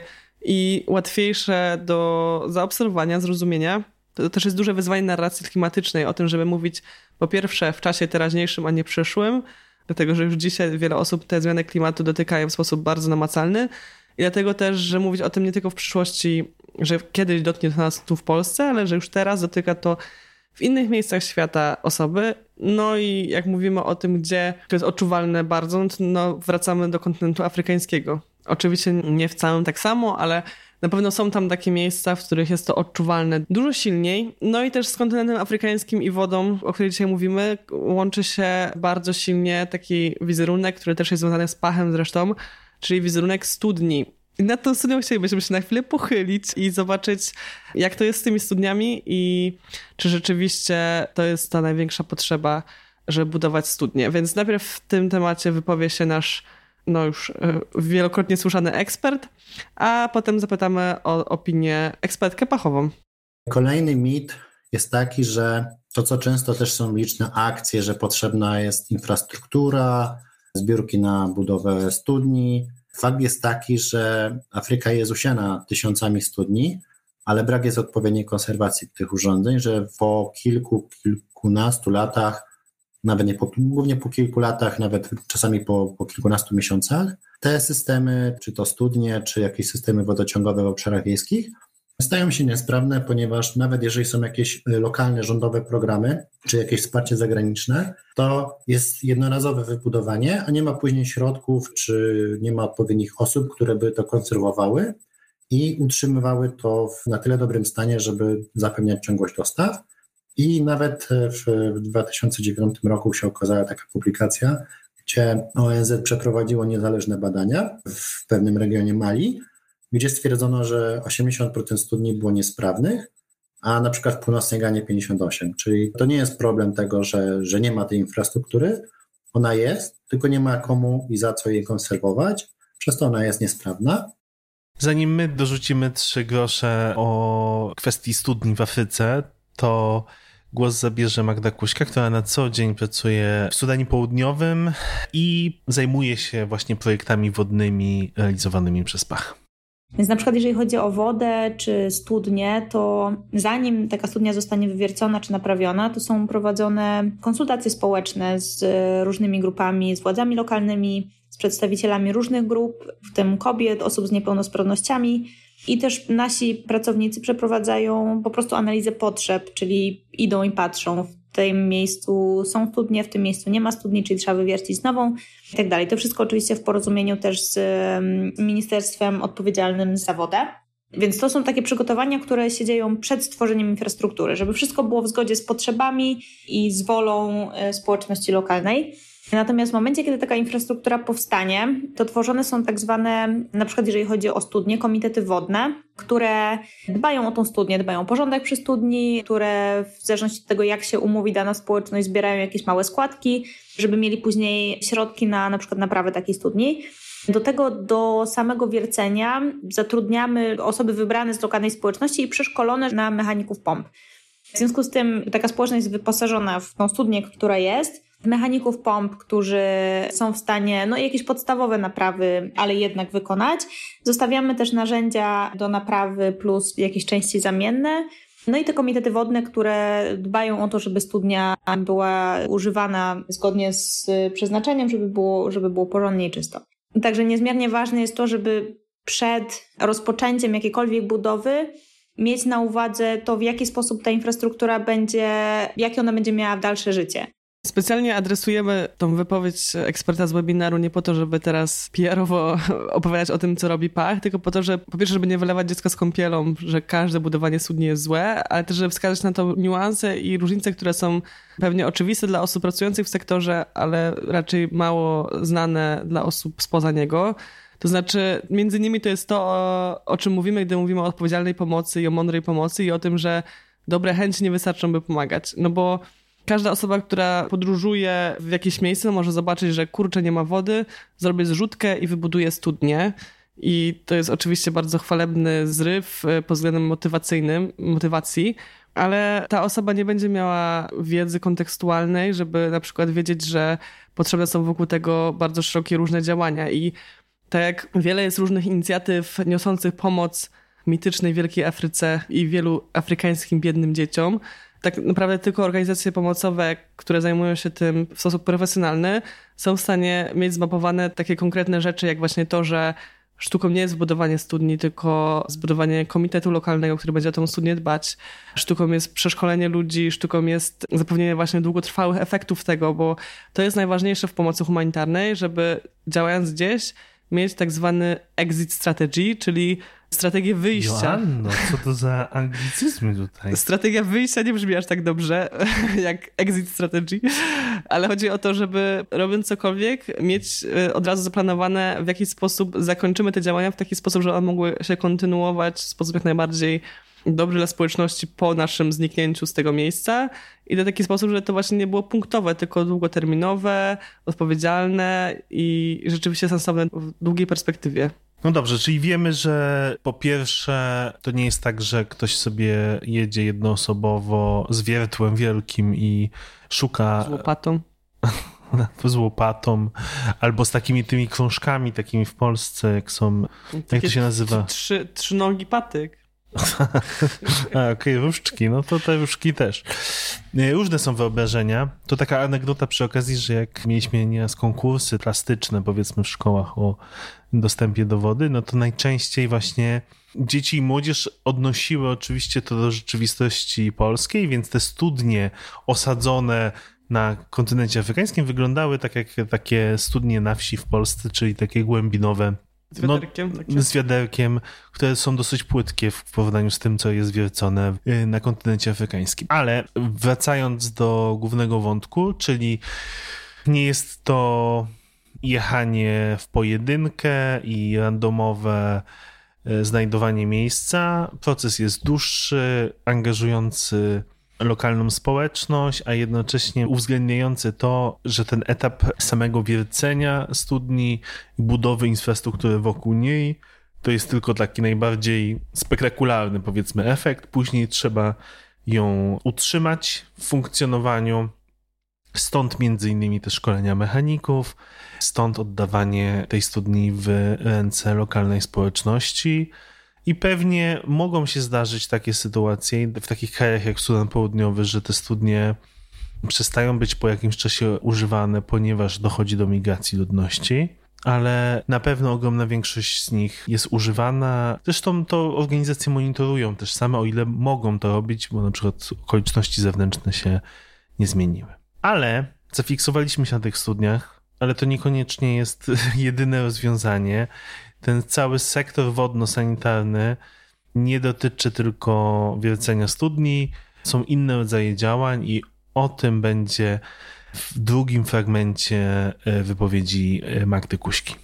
i łatwiejsze do zaobserwowania, zrozumienia. To też jest duże wyzwanie narracji klimatycznej o tym, żeby mówić po pierwsze w czasie teraźniejszym, a nie przyszłym, dlatego że już dzisiaj wiele osób te zmiany klimatu dotykają w sposób bardzo namacalny i dlatego też, że mówić o tym nie tylko w przyszłości, że kiedyś dotknie to nas tu w Polsce, ale że już teraz dotyka to w innych miejscach świata osoby. No i jak mówimy o tym, gdzie to jest odczuwalne bardzo, no wracamy do kontynentu afrykańskiego. Oczywiście nie w całym tak samo, ale na pewno są tam takie miejsca, w których jest to odczuwalne dużo silniej. No i też z kontynentem afrykańskim i wodą, o której dzisiaj mówimy, łączy się bardzo silnie taki wizerunek, który też jest związany z pachem zresztą, czyli wizerunek studni. I nad tą studnią chcielibyśmy się na chwilę pochylić i zobaczyć, jak to jest z tymi studniami i czy rzeczywiście to jest ta największa potrzeba, żeby budować studnie. Więc najpierw w tym temacie wypowie się nasz no już wielokrotnie słyszany ekspert, a potem zapytamy o opinię ekspertkę pachową. Kolejny mit jest taki, że to, co często też są liczne akcje, że potrzebna jest infrastruktura, zbiórki na budowę studni. Fakt jest taki, że Afryka jest usiana tysiącami studni, ale brak jest odpowiedniej konserwacji tych urządzeń, że po kilku, kilkunastu latach, nawet nie po, głównie po kilku latach, nawet czasami po, po kilkunastu miesiącach, te systemy, czy to studnie, czy jakieś systemy wodociągowe w obszarach wiejskich, stają się niesprawne, ponieważ nawet jeżeli są jakieś lokalne, rządowe programy, czy jakieś wsparcie zagraniczne, to jest jednorazowe wybudowanie, a nie ma później środków, czy nie ma odpowiednich osób, które by to konserwowały i utrzymywały to w na tyle dobrym stanie, żeby zapewniać ciągłość dostaw. I nawet w dwa tysiące dziewiątym roku się okazała taka publikacja, gdzie O N Z przeprowadziło niezależne badania w pewnym regionie Mali, gdzie stwierdzono, że osiemdziesiąt procent studni było niesprawnych, a na przykład w północnej Ganie pięćdziesiąt osiem procent. Czyli to nie jest problem tego, że, że nie ma tej infrastruktury, ona jest, tylko nie ma komu i za co jej konserwować, przez to ona jest niesprawna. Zanim my dorzucimy trzy grosze o kwestii studni w Afryce, to głos zabierze Magda Kuśka, która na co dzień pracuje w Sudanie Południowym i zajmuje się właśnie projektami wodnymi realizowanymi przez Pach. Więc na przykład jeżeli chodzi o wodę czy studnie, to zanim taka studnia zostanie wywiercona czy naprawiona, to są prowadzone konsultacje społeczne z różnymi grupami, z władzami lokalnymi, z przedstawicielami różnych grup, w tym kobiet, osób z niepełnosprawnościami. I też nasi pracownicy przeprowadzają po prostu analizę potrzeb, czyli idą i patrzą, w tym miejscu są studnie, w tym miejscu nie ma studni, czyli trzeba wywiercić nową i tak dalej. To wszystko oczywiście w porozumieniu też z ministerstwem odpowiedzialnym za wodę. Więc to są takie przygotowania, które się dzieją przed stworzeniem infrastruktury, żeby wszystko było w zgodzie z potrzebami i z wolą społeczności lokalnej. Natomiast w momencie, kiedy taka infrastruktura powstanie, to tworzone są tak zwane, na przykład jeżeli chodzi o studnie, komitety wodne, które dbają o tą studnię, dbają o porządek przy studni, które w zależności od tego, jak się umówi dana społeczność, zbierają jakieś małe składki, żeby mieli później środki na na przykład naprawę takiej studni. Do tego, do samego wiercenia zatrudniamy osoby wybrane z lokalnej społeczności i przeszkolone na mechaników pomp. W związku z tym taka społeczność jest wyposażona w tą studnię, która jest, mechaników pomp, którzy są w stanie no, jakieś podstawowe naprawy, ale jednak wykonać. Zostawiamy też narzędzia do naprawy plus jakieś części zamienne. No i te komitety wodne, które dbają o to, żeby studnia była używana zgodnie z przeznaczeniem, żeby było, żeby było porządnie i czysto. Także niezmiernie ważne jest to, żeby przed rozpoczęciem jakiejkolwiek budowy mieć na uwadze to, w jaki sposób ta infrastruktura będzie, jakie ona będzie miała dalsze życie. Specjalnie adresujemy tą wypowiedź eksperta z webinaru nie po to, żeby teraz P R-owo opowiadać o tym, co robi P A C, tylko po to, że po pierwsze, żeby nie wylewać dziecka z kąpielą, że każde budowanie studni jest złe, ale też, żeby wskazać na to niuanse i różnice, które są pewnie oczywiste dla osób pracujących w sektorze, ale raczej mało znane dla osób spoza niego. To znaczy, między innymi to jest to, o, o czym mówimy, gdy mówimy o odpowiedzialnej pomocy i o mądrej pomocy i o tym, że dobre chęci nie wystarczą, by pomagać. No bo każda osoba, która podróżuje w jakieś miejsce, może zobaczyć, że kurczę, nie ma wody, zrobię zrzutkę i wybuduję studnię. I to jest oczywiście bardzo chwalebny zryw pod względem motywacyjnym, motywacji, ale ta osoba nie będzie miała wiedzy kontekstualnej, żeby na przykład wiedzieć, że potrzebne są wokół tego bardzo szerokie różne działania. I tak jak wiele jest różnych inicjatyw niosących pomoc mitycznej Wielkiej Afryce i wielu afrykańskim biednym dzieciom, tak naprawdę tylko organizacje pomocowe, które zajmują się tym w sposób profesjonalny, są w stanie mieć zmapowane takie konkretne rzeczy, jak właśnie to, że sztuką nie jest zbudowanie studni, tylko zbudowanie komitetu lokalnego, który będzie o tą studnię dbać. Sztuką jest przeszkolenie ludzi, sztuką jest zapewnienie właśnie długotrwałych efektów tego, bo to jest najważniejsze w pomocy humanitarnej, żeby działając gdzieś mieć tak zwany exit strategy, czyli strategię wyjścia. Joanno, co to za anglicyzmy tutaj? Strategia wyjścia nie brzmi aż tak dobrze jak exit strategy, ale chodzi o to, żeby robiąc cokolwiek mieć od razu zaplanowane, w jaki sposób zakończymy te działania, w taki sposób, że one mogły się kontynuować w sposób jak najbardziej dobry dla społeczności po naszym zniknięciu z tego miejsca i w taki sposób, że to właśnie nie było punktowe, tylko długoterminowe, odpowiedzialne i rzeczywiście sensowne w długiej perspektywie. No dobrze, czyli wiemy, że po pierwsze to nie jest tak, że ktoś sobie jedzie jednoosobowo z wiertłem wielkim i szuka... Z łopatą. z łopatą, albo z takimi tymi krążkami takimi w Polsce, jak są... Takie jak to się nazywa? Trzy, trzy nogi patyk. A, okej, okay, różdżki, no to te różdżki też. Różne są wyobrażenia. To taka anegdota przy okazji, że jak mieliśmy nieraz konkursy plastyczne, powiedzmy w szkołach o dostępie do wody, no to najczęściej właśnie dzieci i młodzież odnosiły oczywiście to do rzeczywistości polskiej, więc te studnie osadzone na kontynencie afrykańskim wyglądały tak jak takie studnie na wsi w Polsce, czyli takie głębinowe. Z wiaderkiem? No, z wiaderkiem, które są dosyć płytkie w porównaniu z tym, co jest wiercone na kontynencie afrykańskim. Ale wracając do głównego wątku, czyli nie jest to jechanie w pojedynkę i randomowe znajdowanie miejsca. Proces jest dłuższy, angażujący lokalną społeczność, a jednocześnie uwzględniający to, że ten etap samego wiercenia studni i budowy infrastruktury wokół niej to jest tylko taki najbardziej spektakularny, powiedzmy, efekt. Później trzeba ją utrzymać w funkcjonowaniu. Stąd między innymi te szkolenia mechaników, stąd oddawanie tej studni w ręce lokalnej społeczności. I pewnie mogą się zdarzyć takie sytuacje w takich krajach jak Sudan Południowy, że te studnie przestają być po jakimś czasie używane, ponieważ dochodzi do migracji ludności. ale na pewno ogromna większość z nich jest używana. Zresztą to organizacje monitorują też same, o ile mogą to robić, bo na przykład okoliczności zewnętrzne się nie zmieniły. Ale zafiksowaliśmy się na tych studniach, ale to niekoniecznie jest jedyne rozwiązanie. Ten cały sektor wodno-sanitarny nie dotyczy tylko wiercenia studni, są inne rodzaje działań i o tym będzie w drugim fragmencie wypowiedzi Magdy Kuśki.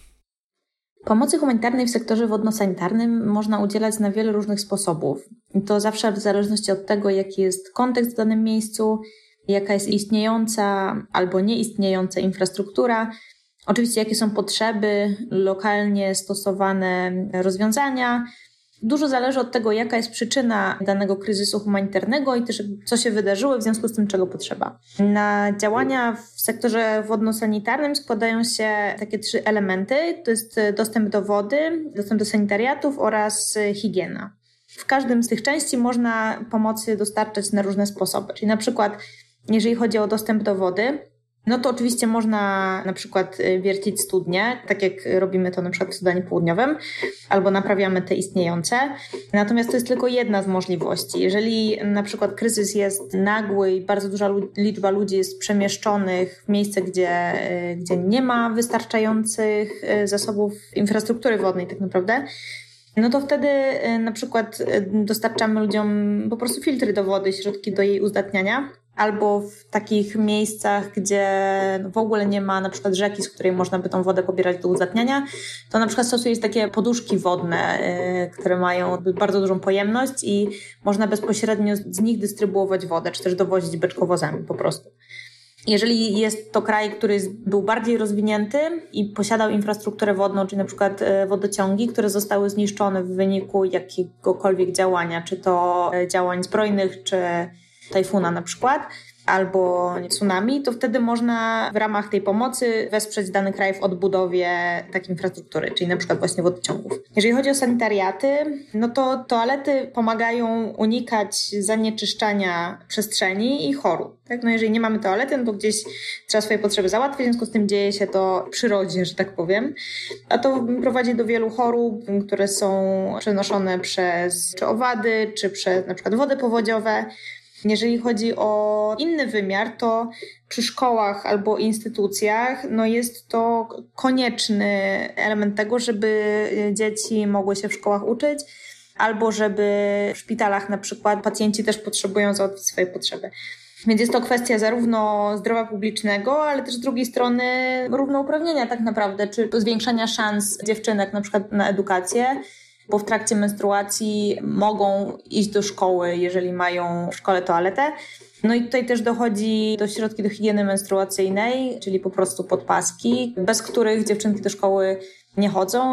Pomocy humanitarnej w sektorze wodno-sanitarnym można udzielać na wiele różnych sposobów. I to zawsze w zależności od tego, jaki jest kontekst w danym miejscu, jaka jest istniejąca albo nieistniejąca infrastruktura, oczywiście jakie są potrzeby, lokalnie stosowane rozwiązania. Dużo zależy od tego, jaka jest przyczyna danego kryzysu humanitarnego i też co się wydarzyło, w związku z tym czego potrzeba. Na działania w sektorze wodno-sanitarnym składają się takie trzy elementy. To jest dostęp do wody, dostęp do sanitariatów oraz higiena. W każdym z tych części można pomocy dostarczać na różne sposoby. Czyli na przykład jeżeli chodzi o dostęp do wody, no to oczywiście można na przykład wiercić studnie, tak jak robimy to na przykład w Sudanie Południowym, albo naprawiamy te istniejące. Natomiast to jest tylko jedna z możliwości. Jeżeli na przykład kryzys jest nagły i bardzo duża liczba ludzi jest przemieszczonych w miejsce, gdzie, gdzie nie ma wystarczających zasobów infrastruktury wodnej tak naprawdę, no to wtedy na przykład dostarczamy ludziom po prostu filtry do wody, środki do jej uzdatniania, albo w takich miejscach, gdzie w ogóle nie ma na przykład rzeki, z której można by tą wodę pobierać do uzdatniania, to na przykład stosuje się takie poduszki wodne, które mają bardzo dużą pojemność i można bezpośrednio z nich dystrybuować wodę, czy też dowozić beczkowozami po prostu. Jeżeli jest to kraj, który był bardziej rozwinięty i posiadał infrastrukturę wodną, czyli na przykład wodociągi, które zostały zniszczone w wyniku jakiegokolwiek działania, czy to działań zbrojnych, czy tajfuna na przykład, albo tsunami, to wtedy można w ramach tej pomocy wesprzeć dany kraj w odbudowie takiej infrastruktury, czyli na przykład właśnie wodociągów. Jeżeli chodzi o sanitariaty, no to toalety pomagają unikać zanieczyszczania przestrzeni i chorób. Tak? No jeżeli nie mamy toalety, no to gdzieś trzeba swoje potrzeby załatwić, w związku z tym dzieje się to w przyrodzie, że tak powiem. A to prowadzi do wielu chorób, które są przenoszone przez czy owady, czy przez na przykład wody powodziowe. Jeżeli chodzi o inny wymiar, to przy szkołach albo instytucjach no jest to konieczny element tego, żeby dzieci mogły się w szkołach uczyć, albo żeby w szpitalach na przykład pacjenci też potrzebują załatwić swoje potrzeby. Więc jest to kwestia zarówno zdrowia publicznego, ale też z drugiej strony równouprawnienia tak naprawdę, czy zwiększania szans dziewczynek na przykład na edukację, bo w trakcie menstruacji mogą iść do szkoły, jeżeli mają w szkole toaletę. No i tutaj też dochodzi do środki do higieny menstruacyjnej, czyli po prostu podpaski, bez których dziewczynki do szkoły nie chodzą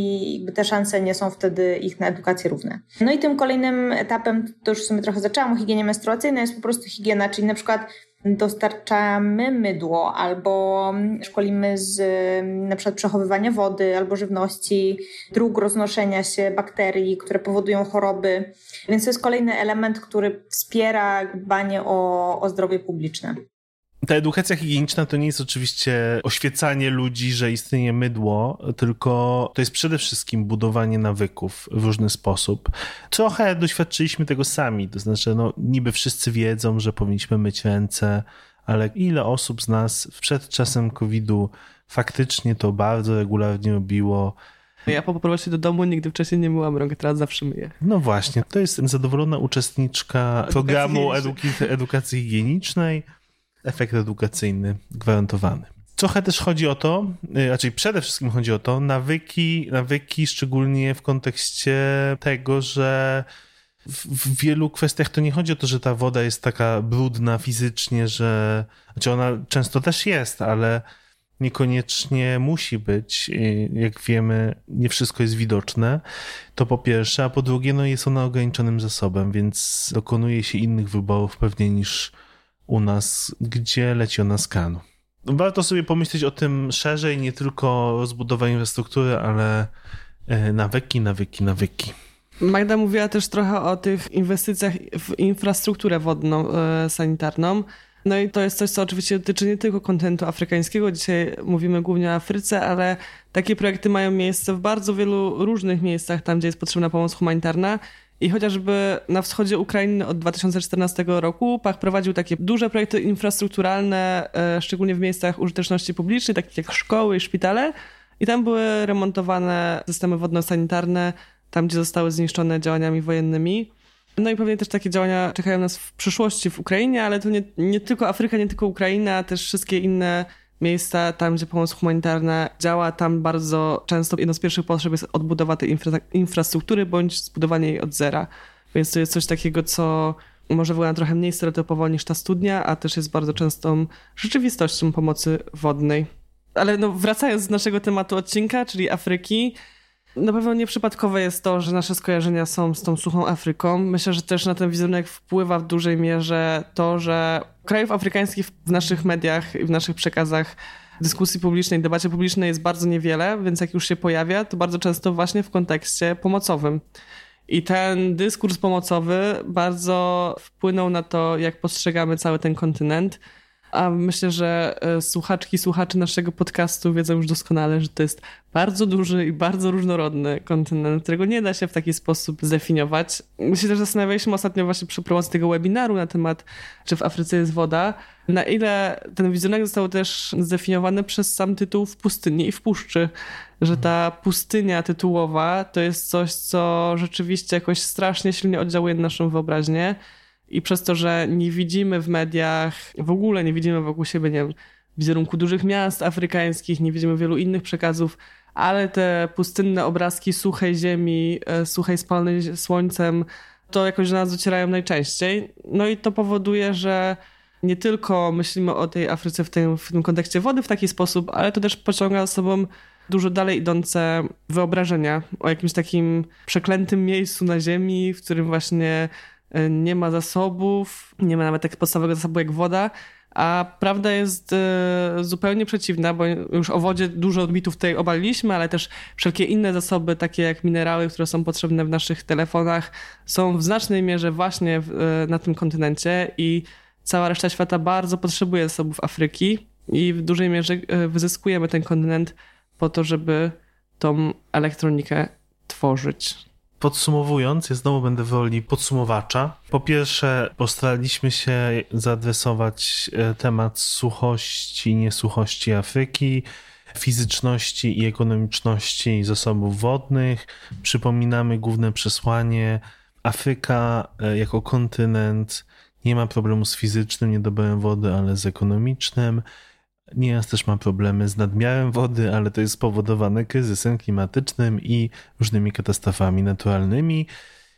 i te szanse nie są wtedy ich na edukację równe. No i tym kolejnym etapem, to już w sumie trochę zaczęłam o higienie menstruacyjnej, jest po prostu higiena, czyli na przykład dostarczamy mydło albo szkolimy z na przykład przechowywania wody albo żywności, dróg roznoszenia się bakterii, które powodują choroby. Więc to jest kolejny element, który wspiera dbanie o, o zdrowie publiczne. Ta edukacja higieniczna to nie jest oczywiście oświecanie ludzi, że istnieje mydło, tylko to jest przede wszystkim budowanie nawyków w różny sposób. Trochę doświadczyliśmy tego sami, to znaczy no, niby wszyscy wiedzą, że powinniśmy myć ręce, ale ile osób z nas przed czasem kowida faktycznie to bardzo regularnie robiło. Ja po powrocie do domu nigdy wcześniej nie myłam rąk, teraz zawsze myję. No właśnie, to jest zadowolona uczestniczka programu edukacji, edukacji higienicznej. Efekt edukacyjny gwarantowany. Trochę też chodzi o to, raczej przede wszystkim chodzi o to, nawyki, nawyki szczególnie w kontekście tego, że w, w wielu kwestiach to nie chodzi o to, że ta woda jest taka brudna fizycznie, że znaczy ona często też jest, ale niekoniecznie musi być. Jak wiemy, nie wszystko jest widoczne. To po pierwsze, a po drugie, no jest ona ograniczonym zasobem, więc dokonuje się innych wyborów pewnie niż u nas, gdzie leci ona z kranu. Warto sobie pomyśleć o tym szerzej, nie tylko rozbudować infrastruktury, ale nawyki, nawyki, nawyki. Magda mówiła też trochę o tych inwestycjach w infrastrukturę wodną, sanitarną. No i to jest coś, co oczywiście dotyczy nie tylko kontynentu afrykańskiego. Dzisiaj mówimy głównie o Afryce, ale takie projekty mają miejsce w bardzo wielu różnych miejscach, tam gdzie jest potrzebna pomoc humanitarna. I chociażby na wschodzie Ukrainy od dwa tysiące czternastego roku P A C prowadził takie duże projekty infrastrukturalne, szczególnie w miejscach użyteczności publicznej, takich jak szkoły i szpitale. I tam były remontowane systemy wodno-sanitarne, tam gdzie zostały zniszczone działaniami wojennymi. No i pewnie też takie działania czekają nas w przyszłości w Ukrainie, ale to nie, nie tylko Afryka, nie tylko Ukraina, też wszystkie inne miejsca, tam gdzie pomoc humanitarna działa, tam bardzo często jedną z pierwszych potrzeb jest odbudowa tej infra- infrastruktury bądź zbudowanie jej od zera. Więc to jest coś takiego, co może wygląda trochę mniej stereotypowo niż ta studnia, a też jest bardzo częstą rzeczywistością pomocy wodnej. Ale no, wracając do naszego tematu odcinka, czyli Afryki, na pewno nieprzypadkowe jest to, że nasze skojarzenia są z tą suchą Afryką. Myślę, że też na ten wizerunek wpływa w dużej mierze to, że krajów afrykańskich w naszych mediach i w naszych przekazach dyskusji publicznej, debacie publicznej jest bardzo niewiele, więc jak już się pojawia, to bardzo często właśnie w kontekście pomocowym. I ten dyskurs pomocowy bardzo wpłynął na to, jak postrzegamy cały ten kontynent. A myślę, że słuchaczki, słuchacze naszego podcastu wiedzą już doskonale, że to jest bardzo duży i bardzo różnorodny kontynent, którego nie da się w taki sposób zdefiniować. My się też zastanawialiśmy ostatnio właśnie przy promocji tego webinaru na temat, czy w Afryce jest woda, na ile ten wizerunek został też zdefiniowany przez sam tytuł W pustyni i w puszczy, że ta pustynia tytułowa to jest coś, co rzeczywiście jakoś strasznie silnie oddziałuje na naszą wyobraźnię. I przez to, że nie widzimy w mediach, w ogóle nie widzimy wokół siebie, nie wiem, wizerunku dużych miast afrykańskich, nie widzimy wielu innych przekazów, ale te pustynne obrazki suchej ziemi, suchej spalonej słońcem, to jakoś do nas docierają najczęściej. No i to powoduje, że nie tylko myślimy o tej Afryce w tym, w tym kontekście wody w taki sposób, ale to też pociąga za sobą dużo dalej idące wyobrażenia o jakimś takim przeklętym miejscu na ziemi, w którym właśnie nie ma zasobów, nie ma nawet tak podstawowego zasobu jak woda, a prawda jest zupełnie przeciwna, bo już o wodzie dużo odbitów tutaj obaliliśmy, ale też wszelkie inne zasoby, takie jak minerały, które są potrzebne w naszych telefonach, są w znacznej mierze właśnie w, na tym kontynencie i cała reszta świata bardzo potrzebuje zasobów Afryki i w dużej mierze wyzyskujemy ten kontynent po to, żeby tą elektronikę tworzyć. Podsumowując, ja znowu będę w roli podsumowacza. Po pierwsze, postaraliśmy się zaadresować temat suchości, niesuchości Afryki, fizyczności i ekonomiczności zasobów wodnych. Przypominamy główne przesłanie. Afryka jako kontynent nie ma problemu z fizycznym niedoborem wody, ale z ekonomicznym. Nieraz też ma problemy z nadmiarem wody, ale to jest spowodowane kryzysem klimatycznym i różnymi katastrofami naturalnymi.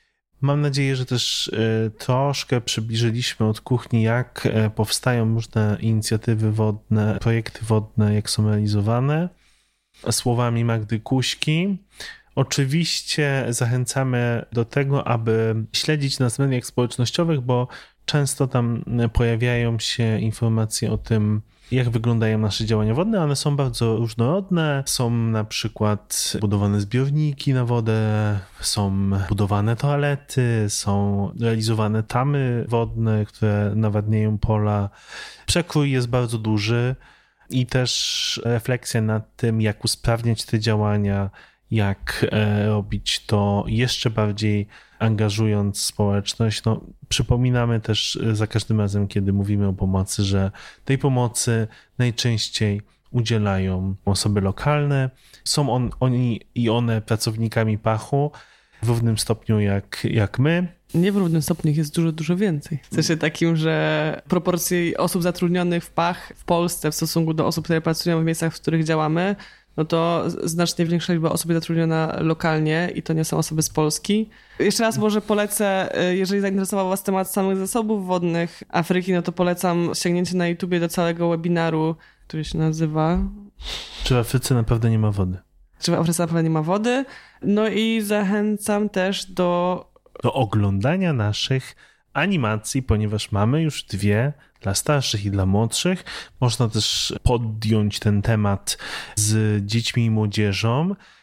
Mam nadzieję, że też troszkę przybliżyliśmy od kuchni, jak powstają różne inicjatywy wodne, projekty wodne, jak są realizowane. Słowami Magdy Kuśki. Oczywiście zachęcamy do tego, aby śledzić nas w mediach społecznościowych, bo często tam pojawiają się informacje o tym, jak wyglądają nasze działania wodne. One są bardzo różnorodne. Są na przykład budowane zbiorniki na wodę, są budowane toalety, są realizowane tamy wodne, które nawadniają pola. Przekrój jest bardzo duży i też refleksja nad tym, jak usprawniać te działania, jak robić to jeszcze bardziej angażując społeczność. No, przypominamy też za każdym razem, kiedy mówimy o pomocy, że tej pomocy najczęściej udzielają osoby lokalne. Są on, oni i one pracownikami P A C-u w równym stopniu jak, jak my. Nie w równym stopniu, jest dużo, dużo więcej. W sensie takim, że proporcje osób zatrudnionych w P A C w Polsce w stosunku do osób, które pracują w miejscach, w których działamy, no to znacznie większa liczba osób jest zatrudniona lokalnie i to nie są osoby z Polski. Jeszcze raz może polecę, jeżeli zainteresował was temat samych zasobów wodnych Afryki, no to polecam sięgnięcie na YouTubie do całego webinaru, który się nazywa... Czy w Afryce naprawdę nie ma wody? Czy w Afryce naprawdę nie ma wody? No i zachęcam też do... Do oglądania naszych animacji, ponieważ mamy już dwie dla starszych i dla młodszych. Można też podjąć ten temat z dziećmi i młodzieżą.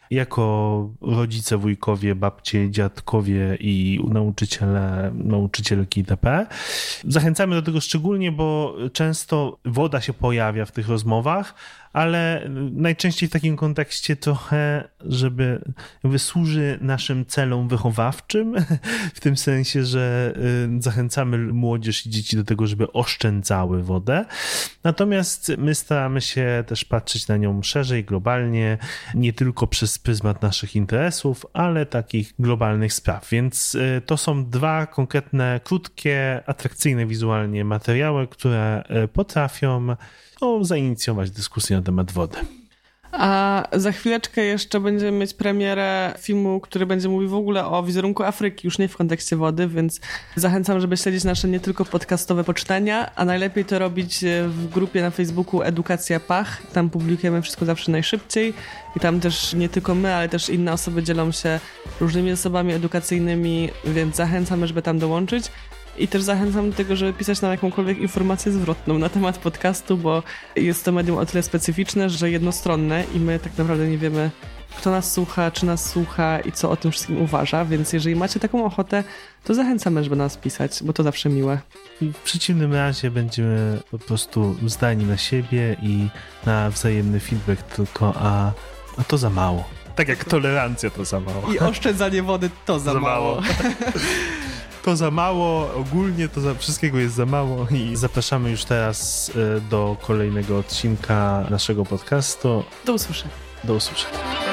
jako rodzice, wujkowie, babcie, dziadkowie i nauczyciele, nauczycielki itp. Zachęcamy do tego szczególnie, bo często woda się pojawia w tych rozmowach, ale najczęściej w takim kontekście trochę, żeby jakby służy naszym celom wychowawczym, w tym sensie, że zachęcamy młodzież i dzieci do tego, żeby oszczędzały wodę. Natomiast my staramy się też patrzeć na nią szerzej, globalnie, nie tylko przez pryzmat naszych interesów, ale takich globalnych spraw. Więc to są dwa konkretne, krótkie, atrakcyjne wizualnie materiały, które potrafią no, zainicjować dyskusję na temat wody. A za chwileczkę jeszcze będziemy mieć premierę filmu, który będzie mówił w ogóle o wizerunku Afryki, już nie w kontekście wody, więc zachęcam, żeby śledzić nasze nie tylko podcastowe poczytania, a najlepiej to robić w grupie na Facebooku Edukacja Pach. Tam publikujemy wszystko zawsze najszybciej i tam też nie tylko my, ale też inne osoby dzielą się różnymi zasobami edukacyjnymi, więc zachęcamy, żeby tam dołączyć. I też zachęcam do tego, żeby pisać nam jakąkolwiek informację zwrotną na temat podcastu, bo jest to medium o tyle specyficzne, że jednostronne i my tak naprawdę nie wiemy, kto nas słucha, czy nas słucha i co o tym wszystkim uważa, więc jeżeli macie taką ochotę, to zachęcamy, żeby nas pisać, bo to zawsze miłe. W przeciwnym razie będziemy po prostu zdani na siebie i na wzajemny feedback tylko, a, a to za mało. Tak jak tolerancja to za mało. I oszczędzanie wody to za, za mało. mało. To za mało, ogólnie to za wszystkiego jest za mało i zapraszamy już teraz do kolejnego odcinka naszego podcastu. Do usłyszenia. Do usłyszenia.